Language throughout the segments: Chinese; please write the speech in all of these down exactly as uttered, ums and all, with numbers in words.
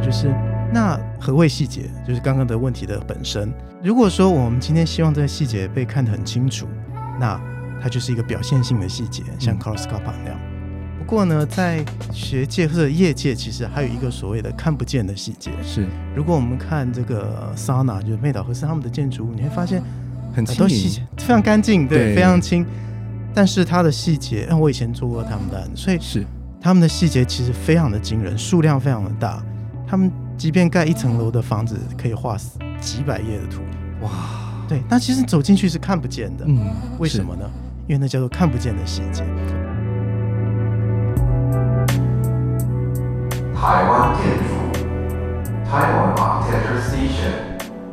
就是那何谓细节，就是刚刚的问题的本身。如果说我们今天希望这个细节被看得很清楚，那它就是一个表现性的细节，像 Carlos Scarpa 那样。不过呢，在学界或者业界，其实还有一个所谓的看不见的细节。 是， 如果我们看这个 Sana， 就是妹岛和森他们的建筑物，你会发现很轻盈， 细节非常干净，对， 对， 非常轻。但是它的细节，我以前做过他们的案，所以是他们的细节其实非常的惊人，数量非常的大。他们即便盖一层楼的房子，可以画几百页的图。 哇， 对，那其实走进去是看不见的。 嗯， 为什么呢？因为那叫做看不见的细节。 台湾建筑，台湾 Architecture Station。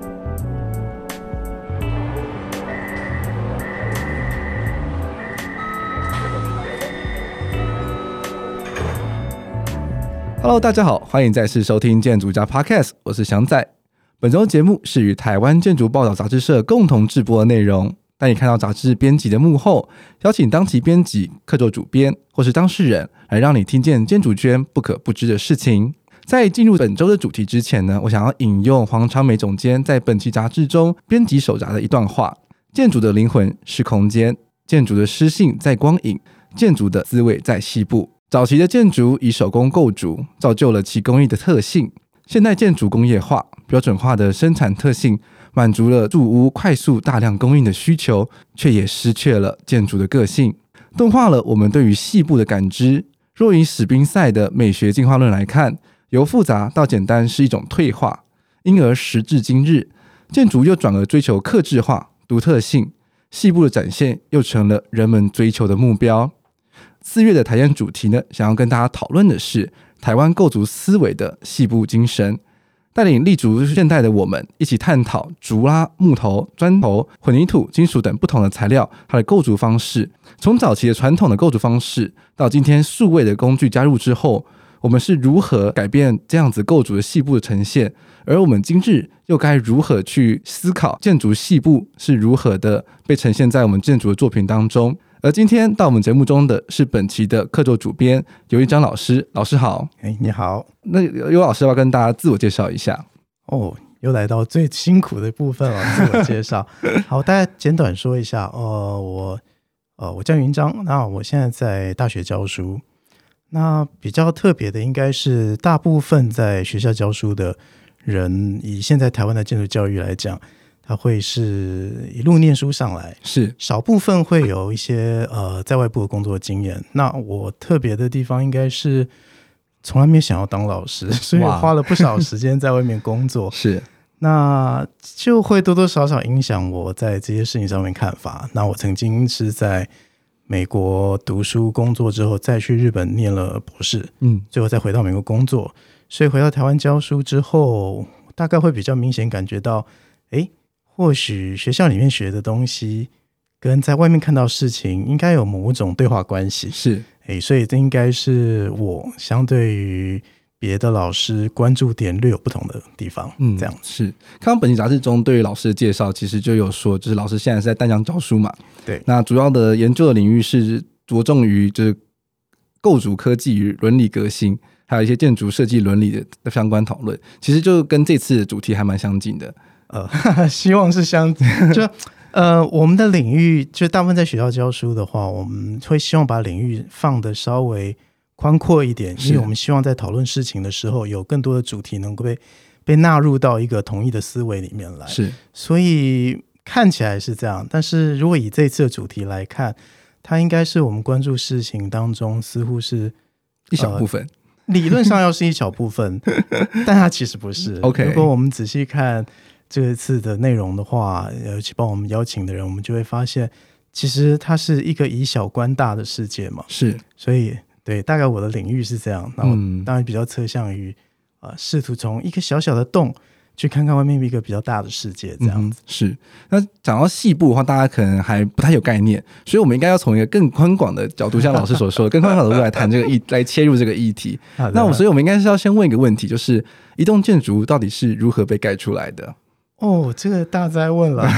Hello， 大家好，欢迎再次收听建筑家 Podcast， 我是翔仔。本周节目是与台湾建筑报道杂志社共同制播的内容，带你看到杂志编辑的幕后，邀请当期编辑、客座主编或是当事人，来让你听见建筑圈不可不知的事情。在进入本周的主题之前呢，我想要引用黄长美总监在本期杂志中编辑手札的一段话：建筑的灵魂是空间，建筑的诗性在光影，建筑的滋味在细部。早期的建筑以手工构筑，造就了其工艺的特性。现代建筑工业化、标准化的生产特性，满足了住屋快速大量供应的需求，却也失去了建筑的个性，钝化了我们对于细部的感知。若以史宾塞的美学进化论来看，由复杂到简单是一种退化，因而时至今日，建筑又转而追求客制化、独特性，细部的展现又成了人们追求的目标。四月的台演主题呢，想要跟大家讨论的是台湾构筑思维的细部精神，带领立足现代的我们一起探讨竹啦、木头、砖头、混凝土、金属等不同的材料它的构筑方式。从早期的传统的构筑方式，到今天数位的工具加入之后，我们是如何改变这样子构筑的细部的呈现，而我们今日又该如何去思考建筑细部是如何的被呈现在我们建筑的作品当中。而今天到我们节目中的是本期的客座主编游一章老师。老师好。 哎，你好。 那游老师要不要跟大家自我介绍一下？ 哦，又来到最辛苦的部分了，自我介绍。好，大家简短说一下。呃，我呃我叫云章，那我现在在大学教书。那比较特别的应该是，大部分在学校教书的人，以现在台湾的建筑教育来讲，他会是一路念书上来， 是少部分会有一些呃在外部的工作经验。那我特别的地方应该是从来没有想要当老师，所以我花了不少时间在外面工作。 是， 那就会多多少少影响我在这些事情上面看法。那我曾经是在美国读书工作之后，再去日本念了博士，嗯，最后再回到美国工作。所以回到台湾教书之后，大概会比较明显感觉到，哎，或许学校里面学的东西跟在外面看到事情应该有某种对话关系。 是， 诶，所以这应该是我相对于别的老师关注点略有不同的地方。嗯，这样是。看到本期杂志中对于老师的介绍，其实就有说，就是老师现在是在淡江教书嘛。 对。 那主要的研究的领域是着重于就是构筑科技与伦理革新，还有一些建筑设计伦理的相关讨论。其实就跟这次的主题还蛮相近的。 呃，希望是相就呃，我们的领域就大部分在学校教书的话，我们会希望把领域放得稍微宽阔一点，因为我们希望在讨论事情的时候，有更多的主题能够被被纳入到一个统一的思维里面来。 是，所以看起来是这样，但是如果以这次的主题来看，它应该是我们关注事情当中似乎是一小部分。 呃、理论上要是一小部分，但它其实不是。 OK， 如果我们仔细看这次的内容的话，尤其帮我们邀请的人，我们就会发现，其实它是一个以小观大的世界嘛。 是， 所以对，大概我的领域是这样。那我当然比较侧向于呃，试图从一个小小的洞去看看外面一个比较大的世界，这样子。 嗯、是。那讲到细部的话，大家可能还不太有概念，所以我们应该要从一个更宽广的角度，像老师所说的，更宽广的角度来谈这个议，来切入这个议题。那我所以我们应该是要先问一个问题，就是一栋建筑到底是如何被盖出来的？ 哦，这个大哉问了。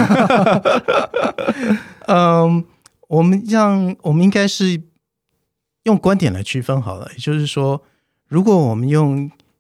嗯，我们让我们应该是用观点来区分好了，也就是说，如果我们用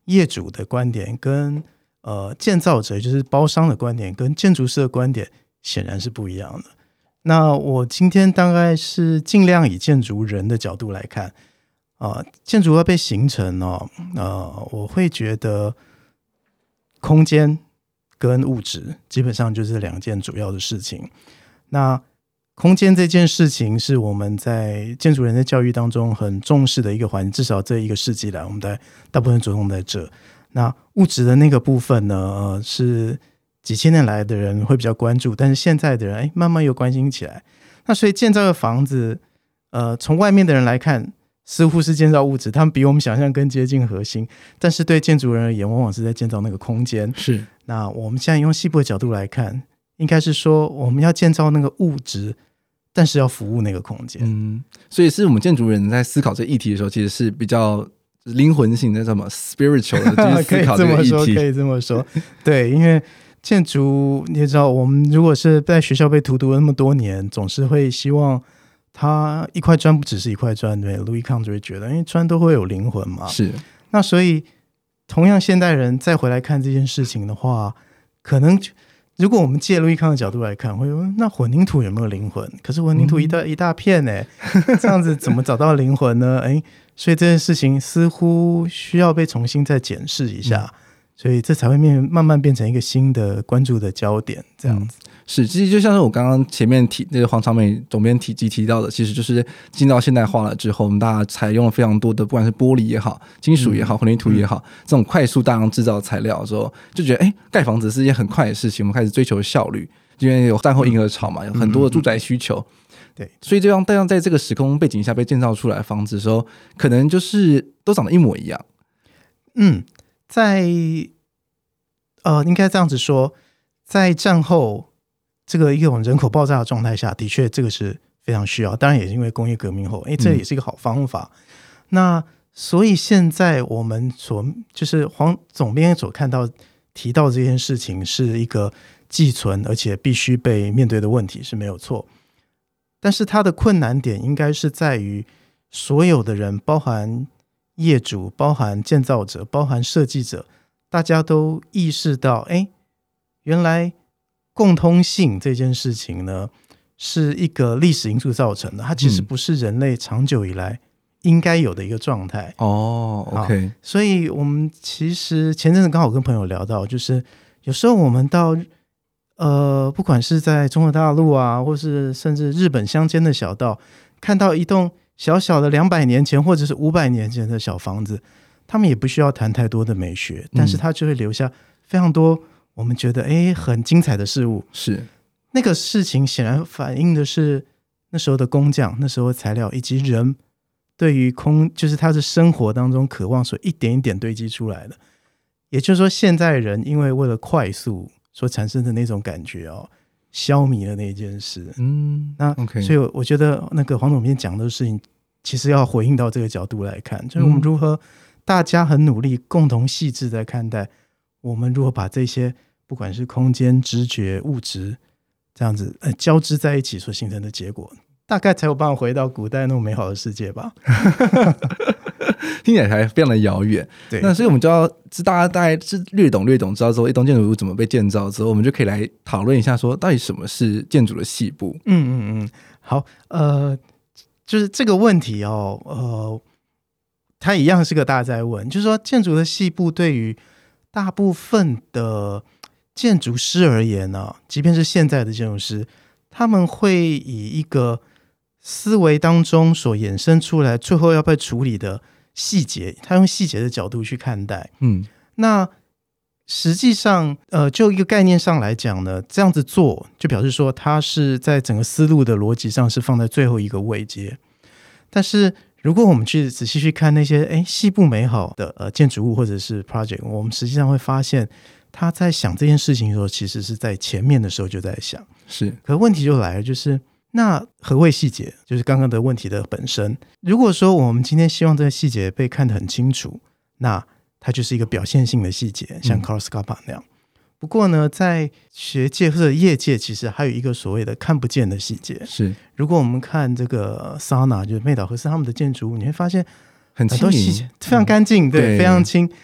业主的观点跟呃建造者就是包商的观点跟建筑师的观点显然是不一样的。那我今天大概是尽量以建筑人的角度来看啊、呃，建筑要被形成哦，呃，我会觉得空间跟物质基本上就是两件主要的事情。那空间这件事情是我们在建筑人的教育当中很重视的一个环节，至少这一个世纪来我们大大部分着重在这。那物质的那个部分呢、呃、是几千年来的人会比较关注，但是现在的人哎慢慢又关心起来。那所以建造的房子呃，从外面的人来看似乎是建造物质，他们比我们想象更接近核心，但是对建筑人而言往往是在建造那个空间。 是， 那我们现在用细部的角度来看，应该是说我们要建造那个物质，但是要服务那个空间。 嗯，所以是我们建筑人在思考这议题的时候，其实是比较灵魂性的，什么 spiritual 的，就是思考这个议题。 可以这么说，可以这么说。对，因为建筑你也知道，我们如果是在学校被荼毒了那么多年，总是会希望它一块砖不只是一块砖。对 ，Louis Kahn 就会觉得，因为砖都会有灵魂嘛。 是。 那所以，同样现代人再回来看这件事情的话，可能如果我们借路易康的角度来看，会说那混凝土有没有灵魂？可是混凝土一大、嗯、一大片哎，这样子怎么找到灵魂呢？哎，所以这件事情似乎需要被重新再检视一下，嗯、所以这才会面慢慢变成一个新的关注的焦点，这样子。嗯是，其实就像是我刚刚前面提那个黄长美总编提及提到的，其实就是进到现代化了之后，我们大家采用了非常多的，不管是玻璃也好、金属也好、混凝土也好，嗯、这种快速大量制造的材料的时候，就觉得哎，盖房子是一件很快的事情，我们开始追求效率，因为有战后婴儿潮嘛，有很多的住宅需求。嗯嗯对， 所以这样，这样在这个时空背景下被建造出来的房子的时候，可能就是都长得一模一样。 嗯，在呃，应该这样子说，在战后这个一种人口爆炸的状态下，的确这个是非常需要。当然也是因为工业革命后，哎，这也是一个好方法。嗯、那所以现在我们所就是黄总编所看到提到这件事情是一个寄存而且必须被面对的问题是没有错。但是它的困难点应该是在于所有的人，包含业主、包含建造者、包含设计者，大家都意识到，哎，原来共通性这件事情呢，是一个历史因素造成的，它其实不是人类长久以来应该有的一个状态。 哦、嗯、，OK。 所以我们其实前阵子刚好跟朋友聊到，就是有时候我们到呃，不管是在中国大陆啊，或是甚至日本乡间的小道，看到一栋小小的两百年前或者是五百年前的小房子，他们也不需要谈太多的美学，但是它就会留下非常多我们觉得哎很精彩的事物。 是那个事情显然反映的是那时候的工匠、那时候的材料以及人对于空，就是他的生活当中渴望所一点一点堆积出来的。也就是说，现在人因为为了快速所产生的那种感觉哦，消弭了那件事。 嗯， 那 OK。 所以我觉得那个黄总编讲的事情，其实要回应到这个角度来看，就是我们如何大家很努力、共同细致在看待，我们如何把这些不管是空间、知觉、物质这样子呃交织在一起所形成的结果，大概才有办法回到古代那种美好的世界吧。 听起来还非常的遥远。 对， 那所以我们就要是大家大概是略懂略懂知道之后一栋建筑物怎么被建造之后，我们就可以来讨论一下说到底什么是建筑的细部。 嗯嗯嗯，好，呃，就是这个问题哦，呃，它一样是个大哉问，就是说建筑的细部对于大部分的建筑师而言呢、啊，即便是现在的建筑师，他们会以一个思维当中所衍生出来最后要被处理的细节，他用细节的角度去看待。 嗯， 那实际上呃，就一个概念上来讲呢，这样子做就表示说他是在整个思路的逻辑上是放在最后一个位阶。但是如果我们去仔细去看那些诶细部美好的呃建筑物或者是 project， 我们实际上会发现他在想这件事情的时候其实是在前面的时候就在想。 是， 可问题就来了，就是那何谓细节，就是刚刚的问题的本身。如果说我们今天希望这个细节被看得很清楚，那它就是一个表现性的细节，像 Carl Scarpa 那样、嗯、不过呢在学界或者业界其实还有一个所谓的看不见的细节。 是， 如果我们看这个 Sana 就是妹岛和世他们的建筑物，你会发现很轻盈， 很多细节非常干净、嗯、对，非常轻。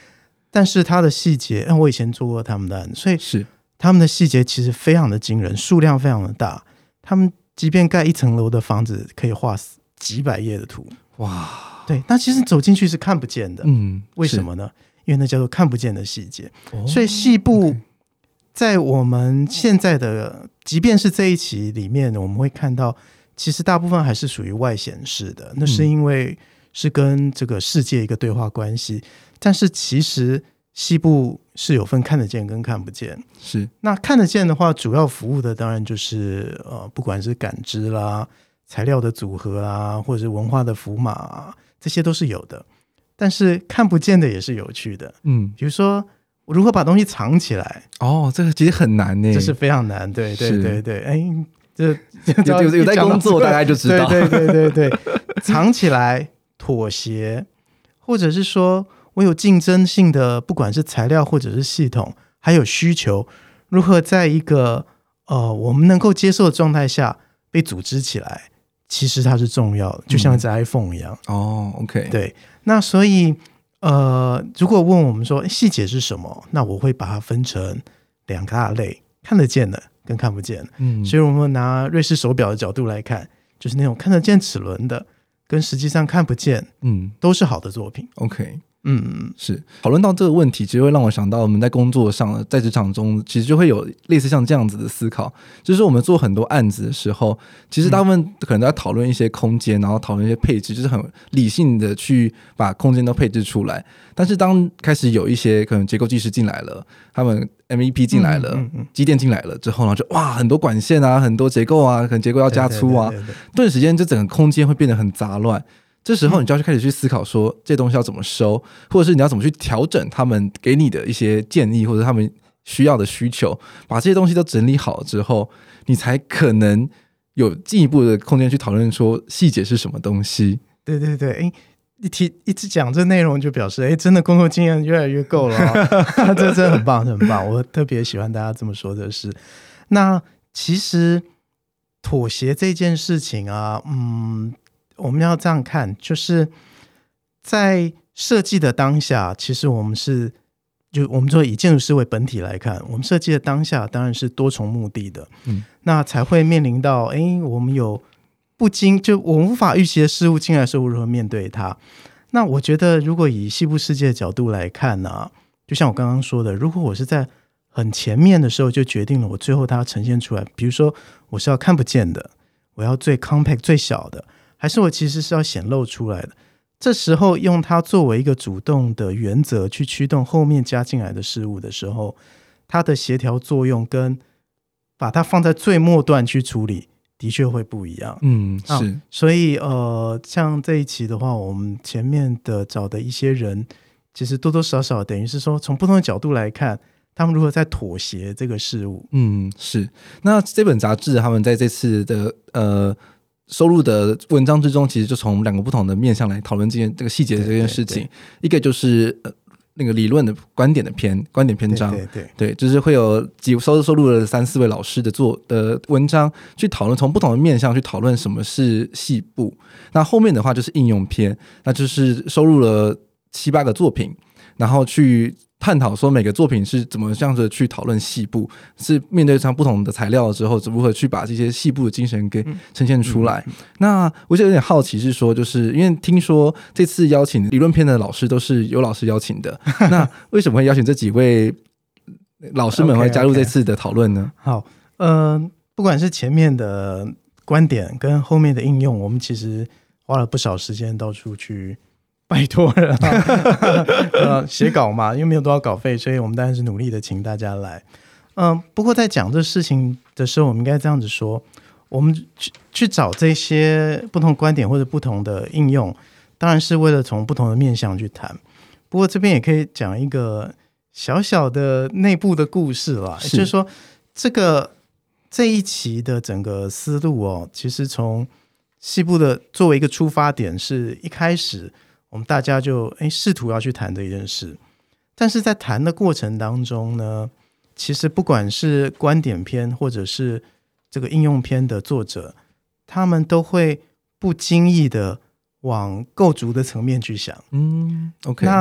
但是它的细节，我以前做过他们的案子，所以是他们的细节其实非常的惊人，数量非常的大。他们即便盖一层楼的房子，可以画几百页的图。 哇， 对，那其实走进去是看不见的。 嗯， 为什么呢？因为那叫做看不见的细节。 哦、 所以细部 okay 在我们现在的，即便是这一期里面，我们会看到，其实大部分还是属于外显式的。那是因为是跟这个世界一个对话关系，但是其实细部是有分看得见跟看不见。 是， 那看得见的话，主要服务的当然就是呃，不管是感知啦、材料的组合啦，或者是文化的符码啊，这些都是有的。但是看不见的也是有趣的，嗯，比如说我如何把东西藏起来。 哦，这个其实很难呢， 这是非常难，对对对对，哎，这有有有在工作大概就知道， 对对对对对，藏起来、妥协，或者是说我有竞争性的，不管是材料或者是系统，还有需求，如何在一个呃我们能够接受的状态下被组织起来，其实它是重要的，就像这 iPhone 一样。 嗯、哦 ，OK， 对，那所以呃，如果问我们说细节是什么，那我会把它分成两个大类，看得见的跟看不见的。嗯，所以我们拿瑞士手表的角度来看，就是那种看得见齿轮的跟实际上看不见，嗯，都是好的作品。 OK，嗯，是讨论到这个问题，其实会让我想到我们在工作上，在职场中，其实就会有类似像这样子的思考，就是我们做很多案子的时候，其实大部分可能都在讨论一些空间，然后讨论一些配置，就是很理性的去把空间都配置出来。但是当开始有一些可能结构技师进来了，他们 M E P 进来了，嗯嗯嗯机电进来了之后呢，就哇很多管线啊，很多结构啊，可能结构要加粗啊，对对对对对顿时间就整个空间会变得很杂乱。这时候你就要去开始去思考说这些东西要怎么收，或者是你要怎么去调整他们给你的一些建议，或者他们需要的需求，把这些东西都整理好之后，你才可能有进一步的空间去讨论说细节是什么东西。 对对对，诶一提一直讲这内容就表示，哎，真的工作经验越来越够了、哦，这真的很棒，很棒。我特别喜欢大家这么说的是，那其实妥协这件事情啊，嗯，我们要这样看，就是在设计的当下，其实我们是就我们说以建筑师为本体来看，我们设计的当下当然是多重目的的，嗯，那才会面临到，哎，我们有。不经就我们无法预期的事物进来的时候如何面对它。那我觉得如果以细部世界的角度来看呢、啊，就像我刚刚说的，如果我是在很前面的时候就决定了我最后它呈现出来，比如说我是要看不见的，我要最 compact 最小的，还是我其实是要显露出来的，这时候用它作为一个主动的原则去驱动后面加进来的事物的时候，它的协调作用跟把它放在最末端去处理的确会不一样， 嗯，是， 啊、所以呃，像这一期的话，我们前面的找的一些人，其实多多少少等于是说，从不同的角度来看，他们如何在妥协这个事物。 嗯，是。那这本杂志他们在这次的呃收录的文章之中，其实就从两个不同的面向来讨论这件这个细节的这件事情，对对对一个就是。呃那个理论的观点的篇观点篇章， 对对 对, 对，就是会有几收收录了三四位老师的做的文章，去讨论从不同的面向去讨论什么是细部。那后面的话就是应用篇，那就是收录了七八个作品，然后去探讨说每个作品是怎么这样子去讨论细部，是面对上不同的材料之后如何去把这些细部的精神给呈现出来、嗯嗯、那我就有点好奇是说，就是因为听说这次邀请理论篇的老师都是有老师邀请的那为什么会邀请这几位老师们会加入这次的讨论呢？ okay, okay. 好，呃，不管是前面的观点跟后面的应用，我们其实花了不少时间到处去拜托人、啊呃、写稿嘛，因为没有多少稿费，所以我们当然是努力的请大家来。嗯、呃，不过在讲这事情的时候，我们应该这样子说，我们 去, 去找这些不同观点或者不同的应用，当然是为了从不同的面向去談。不过这边也可以讲一个小小的内部的故事啦，是就是说这个这一期的整个思路哦，其实从细部的作为一个出发点，是一开始我们大家就诶试图要去谈这件事，但是在谈的过程当中呢，其实不管是观点篇或者是这个应用篇的作者，他们都会不经意的往构筑的层面去想。 嗯 ，OK。 那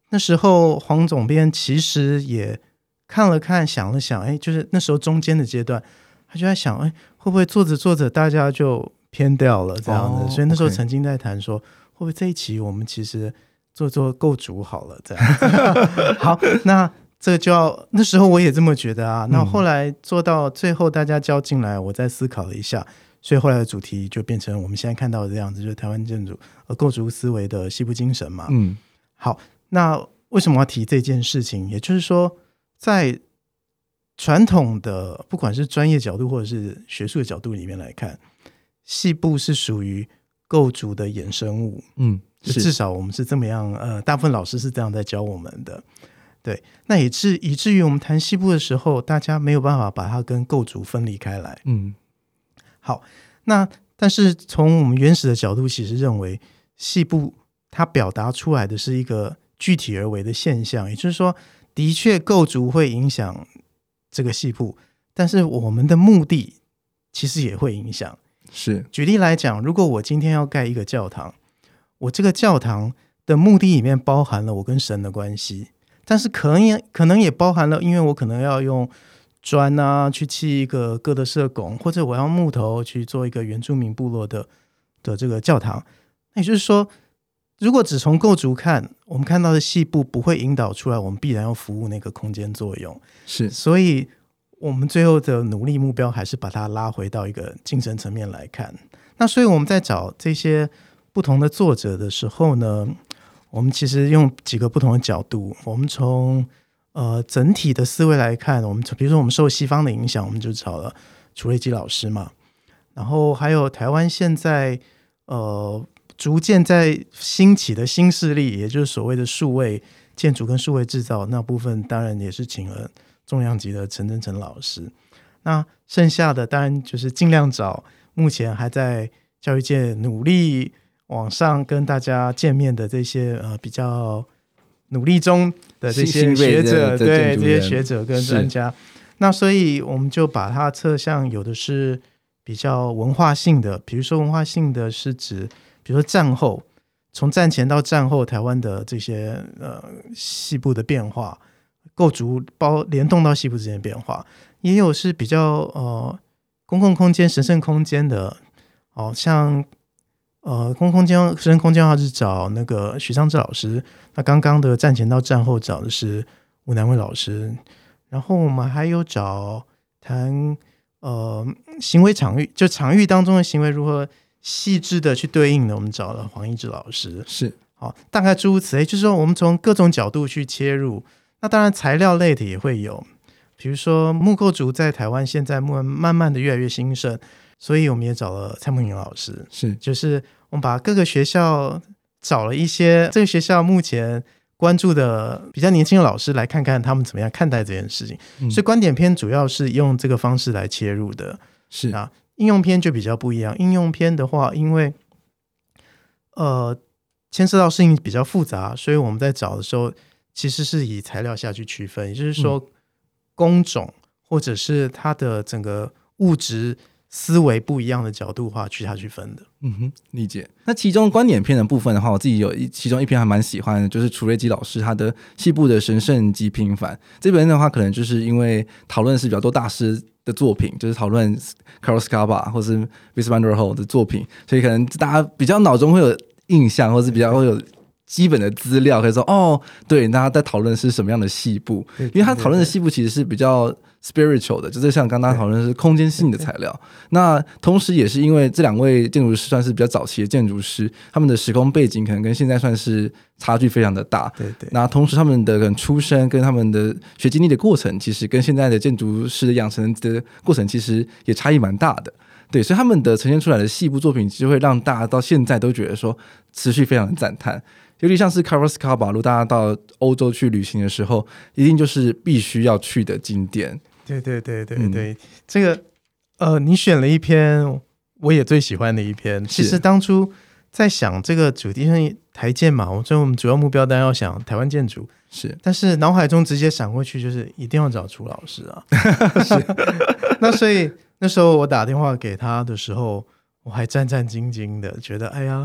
那时候黄总编其实也看了看想了想，哎，就是那时候中间的阶段，他就在想，哎，会不会做着做着大家就偏掉了这样的、哦、所以那时候曾经在谈说、okay. 会不会这一期我们其实做做构筑好了这样好，那这个就要那时候我也这么觉得啊，那后来做到最后大家交进来，我再思考了一下，所以后来的主题就变成我们现在看到的这样子，就是台湾建筑呃构筑思维的西部精神嘛。嗯，好，那为什么要提这件事情？也就是说在传统的不管是专业角度或者是学术的角度里面来看，细部是属于构筑的衍生物。嗯，就至少我们是这么样，呃，大部分老师是这样在教我们的。对，那也至以至于我们谈细部的时候，大家没有办法把它跟构筑分离开来。嗯，好，那但是从我们原始的角度，其实认为细部它表达出来的是一个具体而为的现象，也就是说，的确构筑会影响这个细部，但是我们的目的其实也会影响。 是， 举例来讲，如果我今天要盖一个教堂，我这个教堂的目的里面包含了我跟神的关系，但是可能也可能也包含了，因为我可能要用砖啊去砌一个各的社拱，或者我要木头去做一个原住民部落的的这个教堂。那也就是说，如果只从构筑看，我们看到的细部不会引导出来我们必然要服务那个空间作用。 是， 所以我们最后的努力目标还是把它拉回到一个精神层面来看。那所以我们在找这些不同的作者的时候呢，我们其实用几个不同的角度，我们从呃整体的思维来看，我们比如说我们受西方的影响，我们就找了楚瑞基老师嘛，然后还有台湾现在呃逐渐在兴起的新势力，也就是所谓的数位建筑跟数位制造那部分，当然也是请了重量级的陈真诚老师。那剩下的当然就是尽量找目前还在教育界努力往上跟大家见面的这些呃比较努力中的这些学者，对这些学者跟专家。那所以我们就把它侧向，有的是比较文化性的，比如说文化性的是指比如说战后，从战前到战后台湾的这些呃细部的变化，构筑包联动到细部之间的变化，也有是比较呃公共空间神圣空间的，哦，像呃公共空间神圣空间的话是找那个许尚志老师，那刚刚的战前到战后找的是吴南伟老师，然后我们还有找谈呃行为场域，就场域当中的行为如何细致的去对应的，我们找了黄义志老师。 是， 好，大概诸如此类，就是说我们从各种角度去切入。那当然材料类的也会有，比如说木构筑在台湾现在慢慢的越来越兴盛，所以我们也找了蔡梦云老师。 是， 就是我们把各个学校找了一些这个学校目前关注的比较年轻的老师，来看看他们怎么样看待这件事情。嗯、所以观点篇主要是用这个方式来切入的。 是啊，应用篇就比较不一样。应用篇的话，因为呃牵涉到事情比较复杂，所以我们在找的时候其实是以材料下去区分，也就是说工种或者是它的整个物质思维不一样的角度的话去下去分的。 嗯哼，理解。那其中观点篇的部分的话，我自己有一其中一篇还蛮喜欢的，就是楚瑞基老师他的细部的神圣及平凡。这本的话可能就是因为讨论是比较多大师的作品，就是讨论 Carlos Scarpa 或是 Mies van der Rohe 的作品，所以可能大家比较脑中会有印象，或是比较会有基本的资料，可以说哦，对，那他在讨论是什么样的细部，因为他讨论的细部其实是比较 spiritual 的，就是像刚刚讨论的是空间性的材料。那同时也是因为这两位建筑师算是比较早期的建筑师，他们的时空背景可能跟现在算是差距非常的大。 对对。 那同时他们的出身跟他们的学经历的过程，其实跟现在的建筑师的养成的过程其实也差异蛮大的。对，所以他们的呈现出来的细部作品，就会让大家到现在都觉得说持续非常的赞叹。尤其像是 Carlos Scarpa， 如果大家到欧洲去旅行的时候，一定就是必须要去的景点。 对对对对对，嗯、这个呃，你选了一篇我也最喜欢的一篇。其实当初在想这个主题上台建嘛，我说我们主要目标当然要想台湾建筑， 是， 但是脑海中直接闪过去就是一定要找楚老师啊。是，那所以那时候我打电话给他的时候，我还战战兢兢的，觉得哎呀。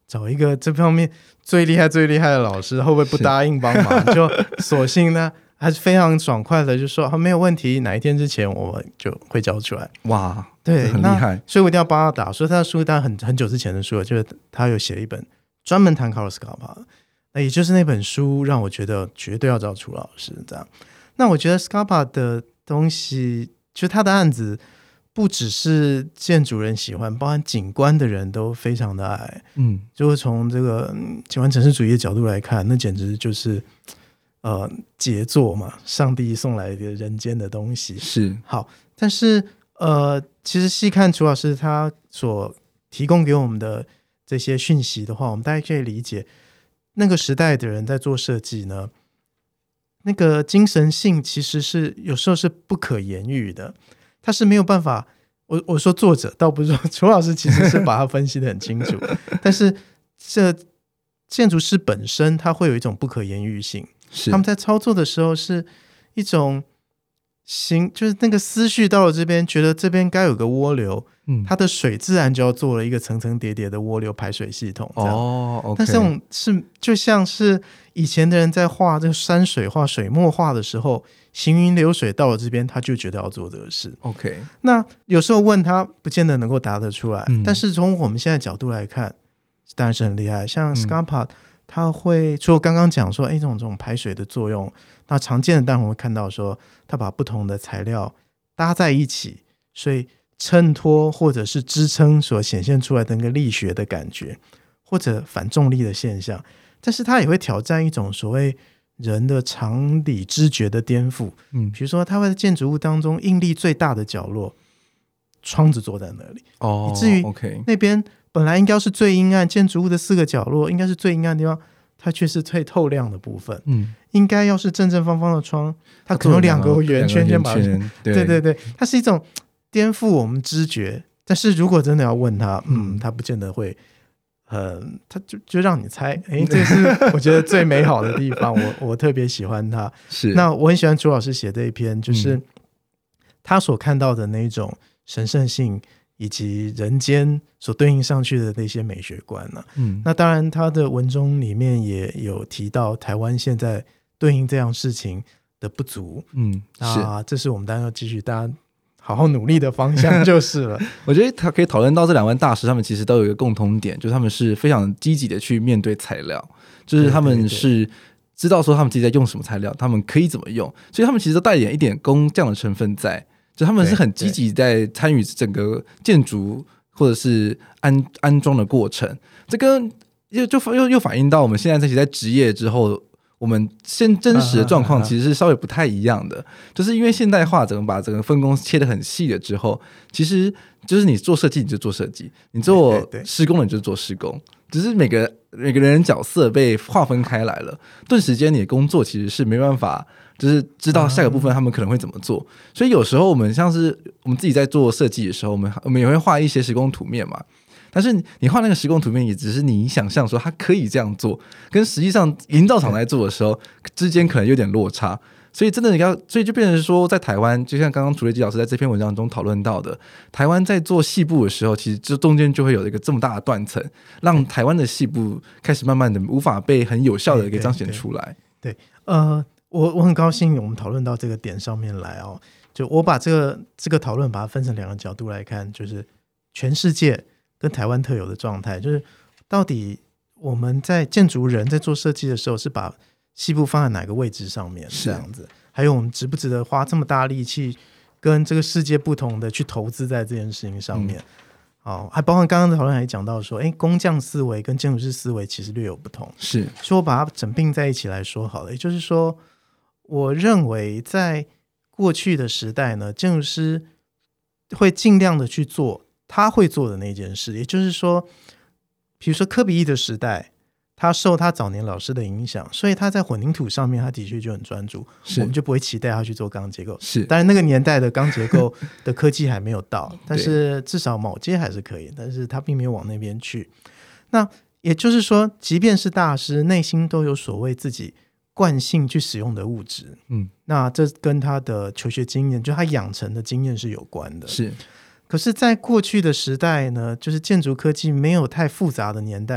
找一个这方面最厉害最厉害的老师，会不会不答应帮忙？就索性呢还是非常爽快的就说、啊、没有问题，哪一天之前我们就会交出来。 哇， 对， 很厉害， 所以我一定要帮他打。所以他的书单很很久之前的书了，就是他有写一本专门谈 Carlos Scarpa， 那也就是那本书让我觉得绝对要找楚老师这样。那我觉得 Scarpa 的东西，就是他的案子不只是建筑人喜欢，包含景观的人都非常的爱。嗯，就从这个景观城市主义的角度来看，那简直就是呃杰作嘛，上帝送来的人间的东西。 是好，但是呃，其实细看楚老师他所提供给我们的这些讯息的话，我们大概可以理解，那个时代的人在做设计呢，那个精神性其实是有时候是不可言喻的。他是没有办法，我我说作者倒不是说楚老师其实是把它分析得很清楚，但是这建筑师本身他会有一种不可言喻性，他们在操作的时候是一种行，就是那个思绪到了这边，觉得这边该有个涡流，嗯，它的水自然就要做了一个层层叠叠的涡流排水系统这样。哦、okay、但是这种是就像是以前的人在画这个山水画、水墨画的时候，行云流水到了这边，他就觉得要做这个事。OK， 那有时候问他，不见得能够答得出来，嗯、但是从我们现在角度来看，当然是很厉害。像 Scarpa，、嗯、他会除了刚刚讲说，哎，这种这种排水的作用，那常见的当然会看到说，他把不同的材料搭在一起，所以衬托或者是支撑所显现出来的那个力学的感觉，或者反重力的现象。但是他也会挑战一种所谓人的常理知觉的颠覆，嗯，比如说他会在建筑物当中应力最大的角落，窗子坐在那里，哦，以至于那边本来应该是最阴暗，建筑物的四个角落应该是最阴暗的地方，它却是最透亮的部分。嗯，应该要是正正方方的窗，它可能有两个圆圈先把它，对对 对, 对，它是一种颠覆我们知觉。但是如果真的要问他，嗯，他不见得会。呃，他就就让你猜，哎，这是我觉得最美好的地方，我我特别喜欢他。是，那我很喜欢楚老师写这一篇，就是他所看到的那一种神圣性，以及人间所对应上去的那些美学观呢、啊。嗯，那当然，他的文中里面也有提到台湾现在对应这样事情的不足。嗯，啊，这是我们当然要继续大家好好努力的方向就是了。 我觉得他可以讨论到这两位大师，他们其实都有一个共同点，就是他们是非常积极的去面对材料，就是他们是知道说他们自己在用什么材料，他们可以怎么用，所以他们其实都带一点工匠的成分在，就他们是很积极在参与整个建筑或者是 安, 安装的过程。这个又就又又反映到我们现在在在职业之后，我们现真实的状况其实是稍微不太一样的，就是因为现代化整个把整个分工切得很细了之后，其实就是你做设计你就做设计，你做施工你就做施工，只是每个每个人角色被划分开来了，顿时间你的工作其实是没办法就是知道下个部分他们可能会怎么做，所以有时候我们像是我们自己在做设计的时候，我们我们也会画一些施工图面嘛，但是你画那个施工图面也只是你想象说它可以这样做，跟实际上营造厂在做的时候之间可能有点落差，所以真的要，所以就变成说在台湾，就像刚刚楚瑞基老师在这篇文章中讨论到的，台湾在做细部的时候，其实就中间就会有一个这么大的断层，让台湾的细部开始慢慢的无法被很有效的给彰显出来。 对，对对呃，我我很高兴我们讨论到这个点上面来哦，就我把这个这个讨论把它分成两个角度来看，就是全世界跟台湾特有的状态，就是到底我们在建筑人在做设计的时候是把细部放在哪个位置上面这样子，还有我们值不值得花这么大力气跟这个世界不同的去投资在这件事情上面、嗯哦、还包括刚刚的讨论还讲到说，哎，工匠思维跟建筑师思维其实略有不同，是，所以我把它整并在一起来说好了。也就是说，我认为在过去的时代呢，建筑师会尽量的去做他会做的那件事，也就是说，比如说柯比意的时代，他受他早年老师的影响，所以他在混凝土上面他的确就很专注，我们就不会期待他去做钢结构，是，当然那个年代的钢结构的科技还没有到但是至少铆接还是可以，但是他并没有往那边去。那也就是说，即便是大师内心都有所谓自己惯性去使用的物质，嗯，那这跟他的求学经验，就他养成的经验是有关的，是。可是在过去的时代呢，就是建筑科技没有太复杂的年代，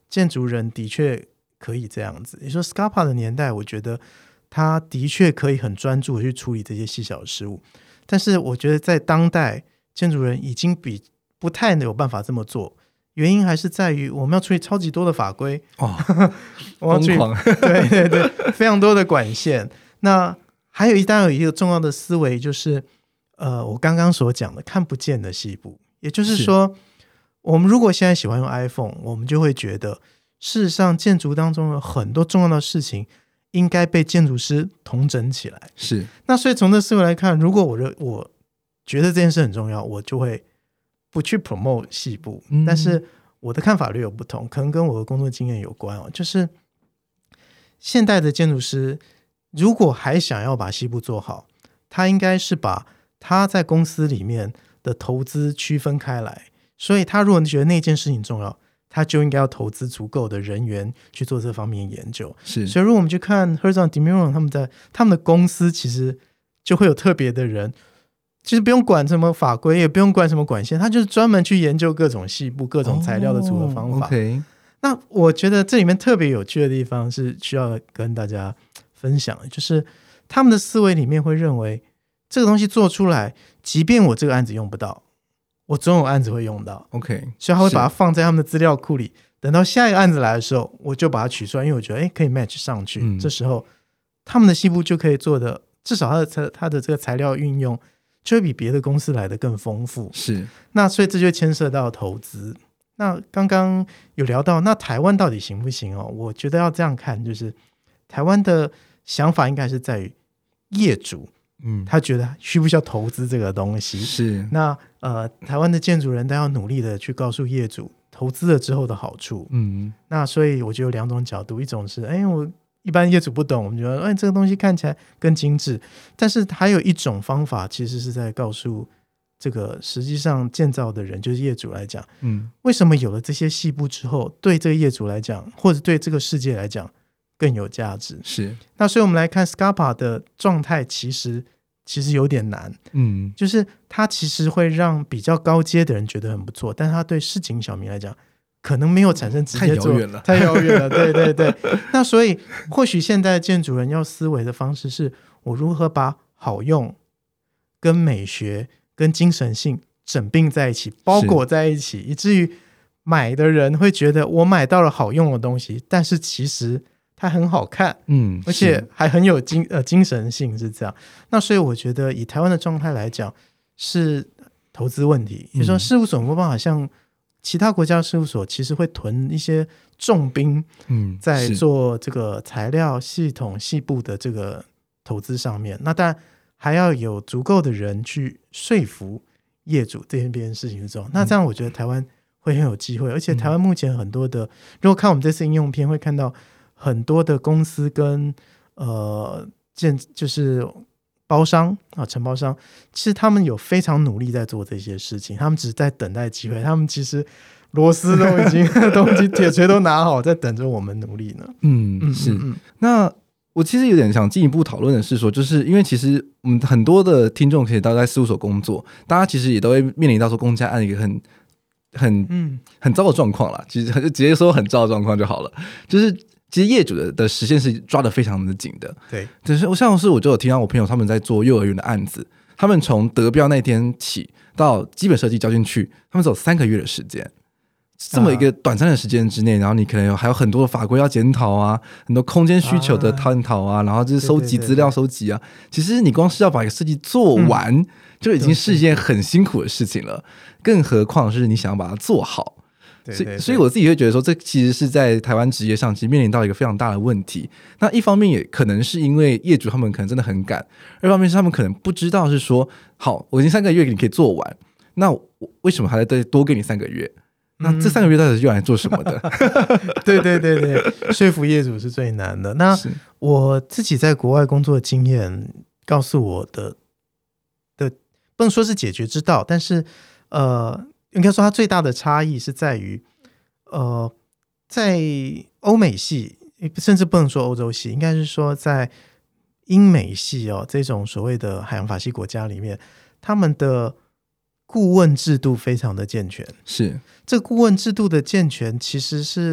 建筑人的确可以这样子。你说 Scarpa 的年代，我觉得他的确可以很专注的去处理这些细小的事物，但是我觉得在当代建筑人已经比不太有办法这么做，原因还是在于我们要处理超级多的法规哦， 我要处理疯狂对对对，非常多的管线。那还有一当然有一个重要的思维就是呃，我刚刚所讲的看不见的细部，也就是说是我们如果现在喜欢用 iPhone， 我们就会觉得事实上建筑当中有很多重要的事情应该被建筑师统整起来。 是， 那所以从这思维来看，如果我我觉得这件事很重要，我就会不去 promote 细部、嗯、但是我的看法略有不同，可能跟我的工作经验有关哦。就是现代的建筑师如果还想要把细部做好，他应该是把他在公司里面的投资区分开来，所以他如果觉得那件事情重要，他就应该要投资足够的人员去做这方面研究。 是， 所以如果我们去看 Herzog & de Meuron 他们在他们的公司，其实就会有特别的人，其实不用管什么法规，也不用管什么管线，他就是专门去研究各种细部、各种材料的组合方法。 哦 okay、 那我觉得这里面特别有趣的地方是需要跟大家分享的，就是他们的思维里面会认为这个东西做出来，即便我这个案子用不到，我总有案子会用到。 OK， 所以他会把它放在他们的资料库里，等到下一个案子来的时候，我就把它取出来，因为我觉得诶可以 match 上去、嗯、这时候他们的细部就可以做的，至少他的他的这个材料运用就会比别的公司来的更丰富。 是， 那所以这就牵涉到投资。那刚刚有聊到那台湾到底行不行哦？我觉得要这样看，就是台湾的想法应该是在于业主嗯，他觉得需不需要投资这个东西。 是， 那呃，台湾的建筑人都要努力的去告诉业主投资了之后的好处。嗯，那所以我觉得有两种角度，一种是哎，我一般业主不懂，我们觉得哎这个东西看起来更精致，但是还有一种方法其实是在告诉这个实际上建造的人，就是业主来讲，嗯，为什么有了这些细部之后，对这个业主来讲，或者对这个世界来讲更有价值。 是， 那所以我们来看 Scarpa 的状态，其实其实有点难，嗯，就是他其实会让比较高阶的人觉得很不错，但是他对市井小民来讲可能没有产生直接做， 太遥远了， 太遥远了，对对对。那所以或许现在的建筑人要思维的方式是，我如何把好用跟美学跟精神性整并在一起，包裹在一起，以至于买的人会觉得我买到了好用的东西，但是其实它很好看，嗯，而且还很有精呃精神性，是这样。那所以我觉得以台湾的状态来讲，是投资问题。比如说事务所没有办法像其他国家事务所，其实会囤一些重兵，嗯，在做这个材料系统细部的这个投资上面。那当然还要有足够的人去说服业主这件事情之后，那这样我觉得台湾会很有机会。而且台湾目前很多的，如果看我们这次应用片，会看到很多的公司跟呃建就是包商啊承包商，其实他们有非常努力在做这些事情，他们只是在等待机会，他们其实螺丝都已经都已经铁锤都拿好，在等着我们努力呢。 嗯，嗯是。嗯那我其实有点想进一步讨论的是说，就是因为其实我们很多的听众其实都在事务所工作，大家其实也都会面临到说公家案一个很很嗯很糟的状况啦，其实就直接说很糟的状况就好了，就是其实业主 的, 的时限是抓得非常的紧的。 对， 只是像是我就有听到我朋友他们在做幼儿园的案子，他们从得标那天起到基本设计交进去，他们只有三个月的时间。这么一个短暂的时间之内，然后你可能有还有很多的法规要检讨啊，很多空间需求的探讨啊，然后就是收集资料收集啊，其实你光是要把一个设计做完、嗯、就已经是一件很辛苦的事情了，更何况是你想要把它做好。 对对对， 所以所以我自己会觉得说，这其实是在台湾职业上其实面临到一个非常大的问题。那一方面也可能是因为业主他们可能真的很赶，二方面是他们可能不知道是说，好，我已经三个月你可以做完，那我为什么还再多给你三个月？那这三个月到底是用来做什么的？ 对对对对，说服业主是最难的。那我自己在国外工作的经验告诉我的的，不能说是解决之道，但是呃，应该说它最大的差异是在于，呃，在欧美系，甚至不能说欧洲系，应该是说在英美系哦这种所谓的海洋法系国家里面，他们的顾问制度非常的健全。 是， 这个顾问制度的健全其实是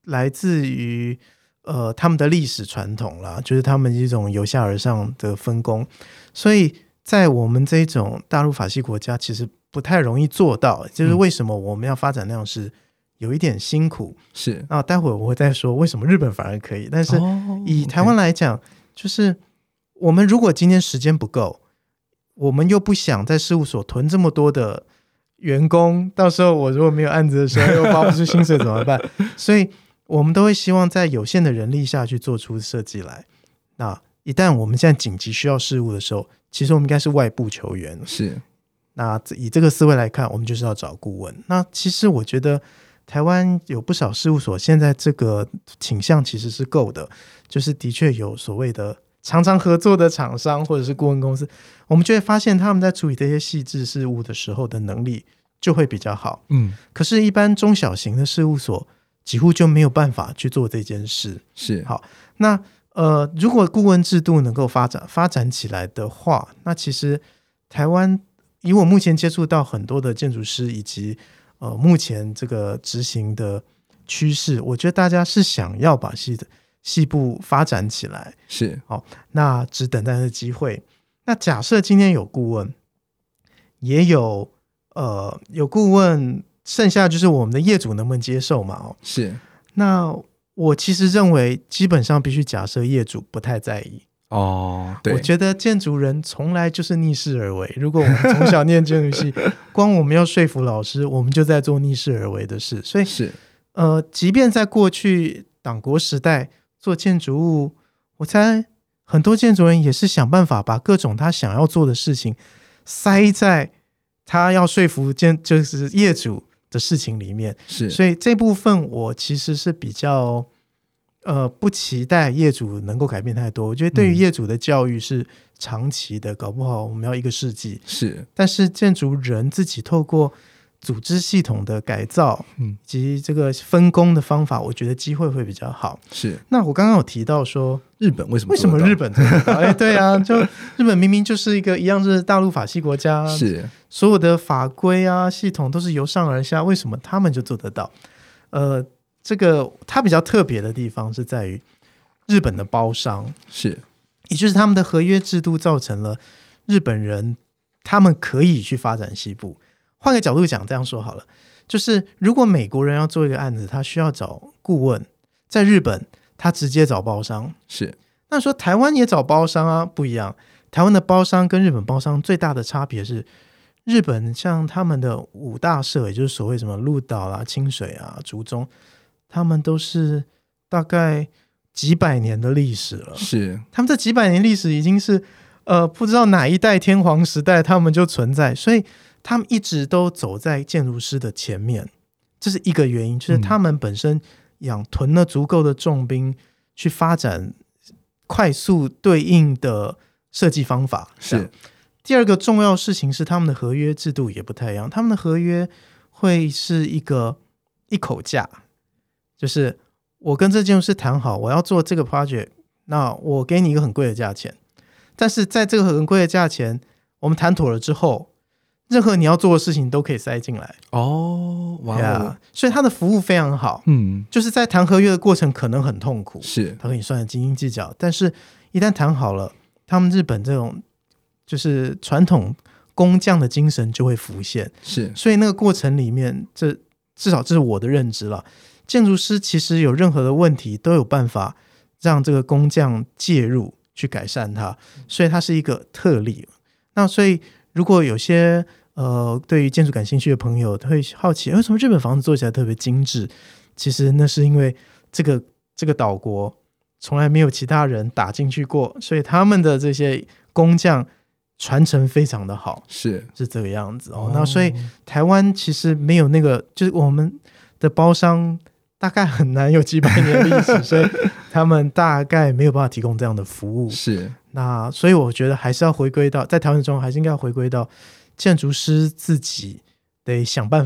来自于呃他们的历史传统啦，就是他们一种由下而上的分工，所以在我们这种大陆法系国家其实不太容易做到，就是为什么我们要发展那样是有一点辛苦。 是， 那待会儿我会再说为什么日本反而可以，但是以台湾来讲，就是我们如果今天时间不够，我们又不想在事务所囤这么多的员工，到时候我如果没有案子的时候又发不出薪水怎么办？所以我们都会希望在有限的人力下去做出设计来。那一旦我们现在紧急需要事务的时候，其实我们应该是外部求援。 是， 那以这个思维来看，我们就是要找顾问。那其实我觉得台湾有不少事务所现在这个倾向其实是够的，就是的确有所谓的常常合作的厂商或者是顾问公司，我们就会发现他们在处理这些细致事务的时候的能力就会比较好。嗯，可是一般中小型的事务所几乎就没有办法去做这件事。 是， 好，那呃，如果顾问制度能够发展发展起来的话，那其实台湾以我目前接触到很多的建筑师以及呃目前这个执行的趋势，我觉得大家是想要把细的细部发展起来。 是， 好，那只等待的机会。那假设今天有顾问，也有呃有顾问，剩下就是我们的业主能不能接受嘛？哦， 是。那我其实认为基本上必须假设业主不太在意。 哦，对， 我觉得建筑人从来就是逆势而为。如果我们从小念建筑系，光我们要说服老师，我们就在做逆势而为的事。所以是呃，即便在过去党国时代做建筑物，我猜很多建筑人也是想办法把各种他想要做的事情塞在他要说服建就是业主的事情里面。 是， 所以这部分我其实是比较呃不期待业主能够改变太多。我觉得对于业主的教育是长期的，嗯、搞不好我们要一个世纪。 是， 但是建筑人自己透过组织系统的改造，嗯，以及这个分工的方法，我觉得机会会比较好。 是， 那我刚刚有提到说日本为什么为什么日本做得到？哎，对啊，就日本明明就是一个一样是大陆法系国家， 是所有的法规啊系统都是由上而下，为什么他们就做得到？呃，这个它比较特别的地方是在于日本的包商， 是， 也就是他们的合约制度造成了日本人他们可以去发展西部。换个角度讲，这样说好了，就是如果美国人要做一个案子，他需要找顾问，在日本他直接找包商。 是， 那说台湾也找包商啊，不一样。台湾的包商跟日本包商最大的差别是，日本像他们的五大社，也就是所谓什么鹿岛啊、清水啊、竹中，他们都是大概几百年的历史了。 是， 他们这几百年历史已经是呃不知道哪一代天皇时代他们就存在，所以他们一直都走在建筑师的前面，这是一个原因，就是他们本身养囤了足够的重兵去发展快速对应的设计方法。 是， 第二个重要事情是他们的合约制度也不太一样，他们的合约会是一个一口价，就是我跟这建筑师谈好我要做这个 project， 那我给你一个很贵的价钱，但是在这个很贵的价钱我们谈妥了之后，任何你要做的事情都可以塞进来。 哦，哇、 yeah, 所以他的服务非常好。嗯，就是在谈合约的过程可能很痛苦， 是他跟你算的斤斤计较，但是一旦谈好了，他们日本这种就是传统工匠的精神就会浮现。 是， 所以那个过程里面，这至少这是我的认知了。建筑师其实有任何的问题都有办法让这个工匠介入去改善它，所以它是一个特例。那所以如果有些呃对于建筑感兴趣的朋友会好奇为什么日本房子做起来特别精致，其实那是因为这个这个岛国从来没有其他人打进去过，所以他们的这些工匠传承非常的好， 是是这个样子。哦，那所以台湾其实没有那个，就是我们的包商大概很难有几百年历史，所以他们大概没有办法提供这样的服务。 是， 那所以我觉得还是要回归到在台湾中还是应该要回归到建筑师自己得想办法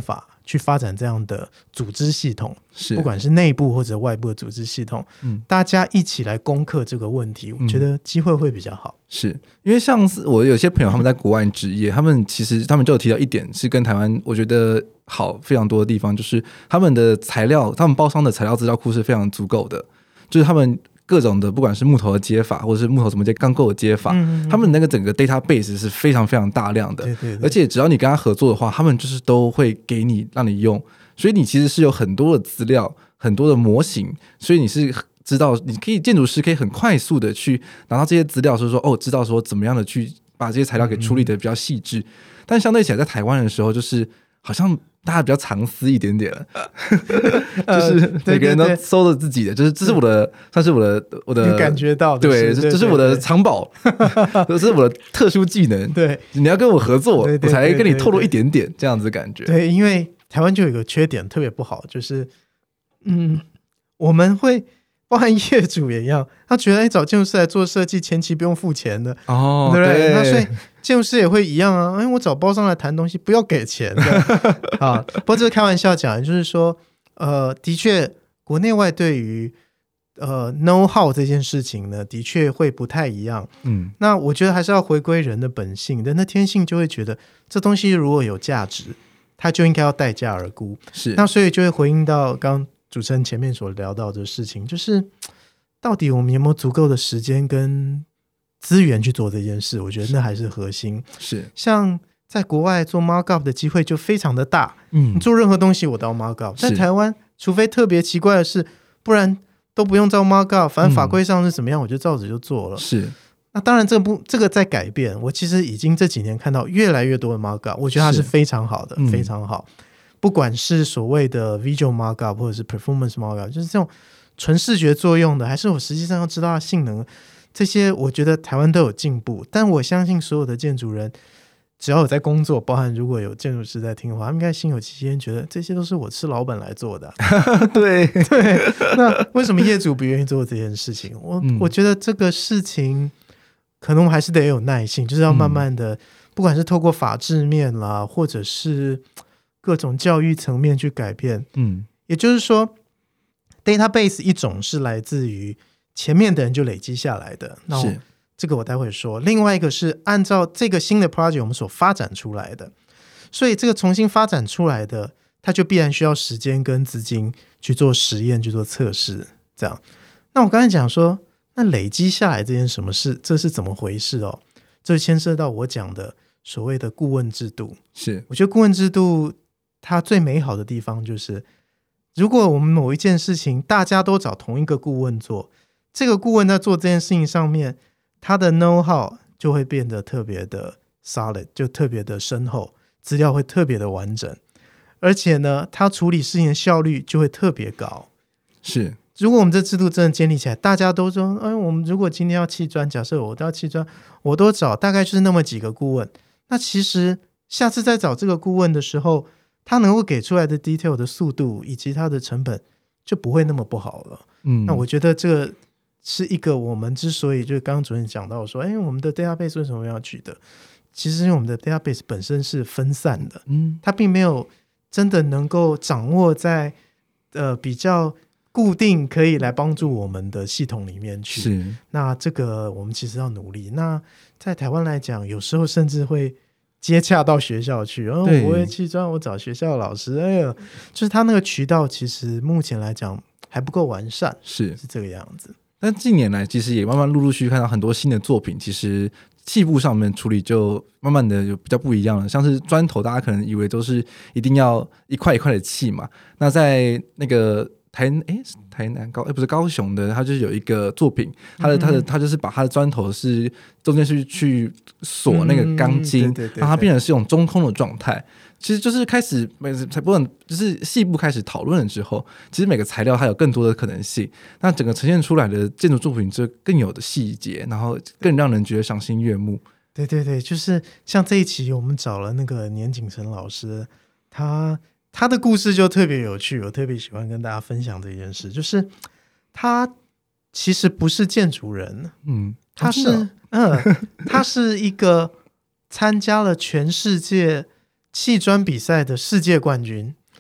去发展这样的组织系统， 是不管是内部或者外部的组织系统，嗯，大家一起来攻克这个问题，我觉得机会会比较好。 是因为像是我有些朋友他们在国外职业，他们其实他们就有提到一点是跟台湾我觉得好非常多的地方，就是他们的材料，他们包商的材料资料库是非常足够的，就是他们各种的不管是木头的接法或者是木头怎么接钢构的接法，嗯嗯嗯，他们那个整个 database 是非常非常大量的， 对对对， 而且只要你跟他合作的话，他们就是都会给你让你用，所以你其实是有很多的资料很多的模型，所以你是知道你可以建筑师可以很快速的去拿到这些资料，就是说哦知道说怎么样的去把这些材料给处理的比较细致，嗯，但相对起来在台湾的时候就是好像大家比较藏私一点点了，就是每个人都收了自己的，就是这是我的，算是我的我的感觉到的， 对，这是我的藏宝，这是我的特殊技能。对，你要跟我合作，我才跟你透露一点点这样子的感觉。 对，因为台湾就有一个缺点特别不好，就是嗯，我们会。包含业主也一样，他觉得哎，找建筑师来做设计，前期不用付钱的， 哦， 对不对？ 对， 那所以建筑师也会一样啊。哎，我找包商来谈东西，不要给钱的啊。不过这是开玩笑讲，就是说，呃，的确，国内外对于呃 know how 这件事情呢，的确会不太一样。嗯，那我觉得还是要回归人的本性，人的天性就会觉得这东西如果有价值，它就应该要待价而沽。 是， 那所以就会回应到刚刚主持人前面所聊到的事情，就是到底我们有没有足够的时间跟资源去做这件事，我觉得那还是核心。 是， 像在国外做 markup 的机会就非常的大，嗯，你做任何东西我都要 markup， 在台湾除非特别奇怪的事，不然都不用照 markup， 反正法规上是怎么样，嗯，我就照着就做了。 是， 那当然这不这个在改变，我其实已经这几年看到越来越多的 markup， 我觉得它是非常好的，嗯，非常好。不管是所谓的 visual markup 或者是 performance markup， 就是这种纯视觉作用的，还是我实际上要知道它性能，这些我觉得台湾都有进步。但我相信所有的建筑人只要有在工作，包含如果有建筑师在听的话，他们应该心有戚戚焉，觉得这些都是我吃老本来做的，啊、 对对。那为什么业主不愿意做这件事情？我、嗯、我觉得这个事情可能我们还是得有耐性，就是要慢慢的、嗯、不管是透过法制面啦，或者是各种教育层面去改变。嗯，也就是说 database 一种是来自于前面的人就累积下来的，那我这个我待会说。另外一个是按照这个新的 project 我们所发展出来的，所以这个重新发展出来的它就必然需要时间跟资金去做实验去做测试，这样。那我刚才讲说那累积下来这件什么事，这是怎么回事哦？这牵涉到我讲的所谓的顾问制度。 是， 我觉得顾问制度它最美好的地方就是如果我们某一件事情大家都找同一个顾问做，这个顾问在做这件事情上面他的 know how 就会变得特别的 solid， 就特别的深厚，资料会特别的完整，而且呢他处理事情的效率就会特别高。 是， 如果我们这制度真的建立起来，大家都说哎，我们如果今天要砌砖，假设我都要砌砖，我都找大概就是那么几个顾问，那其实下次再找这个顾问的时候，他能够给出来的 detail 的速度以及他的成本就不会那么不好了。嗯，那我觉得这个是一个我们之所以就是刚刚主任讲到说，哎，我们的 database 为什么要取得？其实因为我们的 database 本身是分散的，嗯，它并没有真的能够掌握在呃比较固定可以来帮助我们的系统里面去。 是，那这个我们其实要努力。那在台湾来讲，有时候甚至会接洽到学校去，哦，我会砌砖，我找学校的老师，哎呀，就是他那个渠道其实目前来讲还不够完善， 是是这个样子。 但近年来其实也慢慢陆陆续续看到很多新的作品，其实细部上面处理就慢慢的有比较不一样了。像是砖头大家可能以为都是一定要一块一块的砌嘛，那在那个台诶台南高诶不是高雄的，他就是有一个作品，他的他的他就是把他的砖头是中间是去锁那个钢筋，嗯，对对对对，让它变成是一种中空的状态。其实就是开始才不能就是细部开始讨论了之后，其实每个材料它有更多的可能性，那整个呈现出来的建筑作品就更有的细节，然后更让人觉得赏心悦目。 对对对，就是像这一期我们找了那个年景成老师，他他的故事就特别有趣，我特别喜欢跟大家分享这件事。就是他其实不是建筑人，嗯，他是、哦、嗯，他是一个参加了全世界砌砖比赛的世界冠军。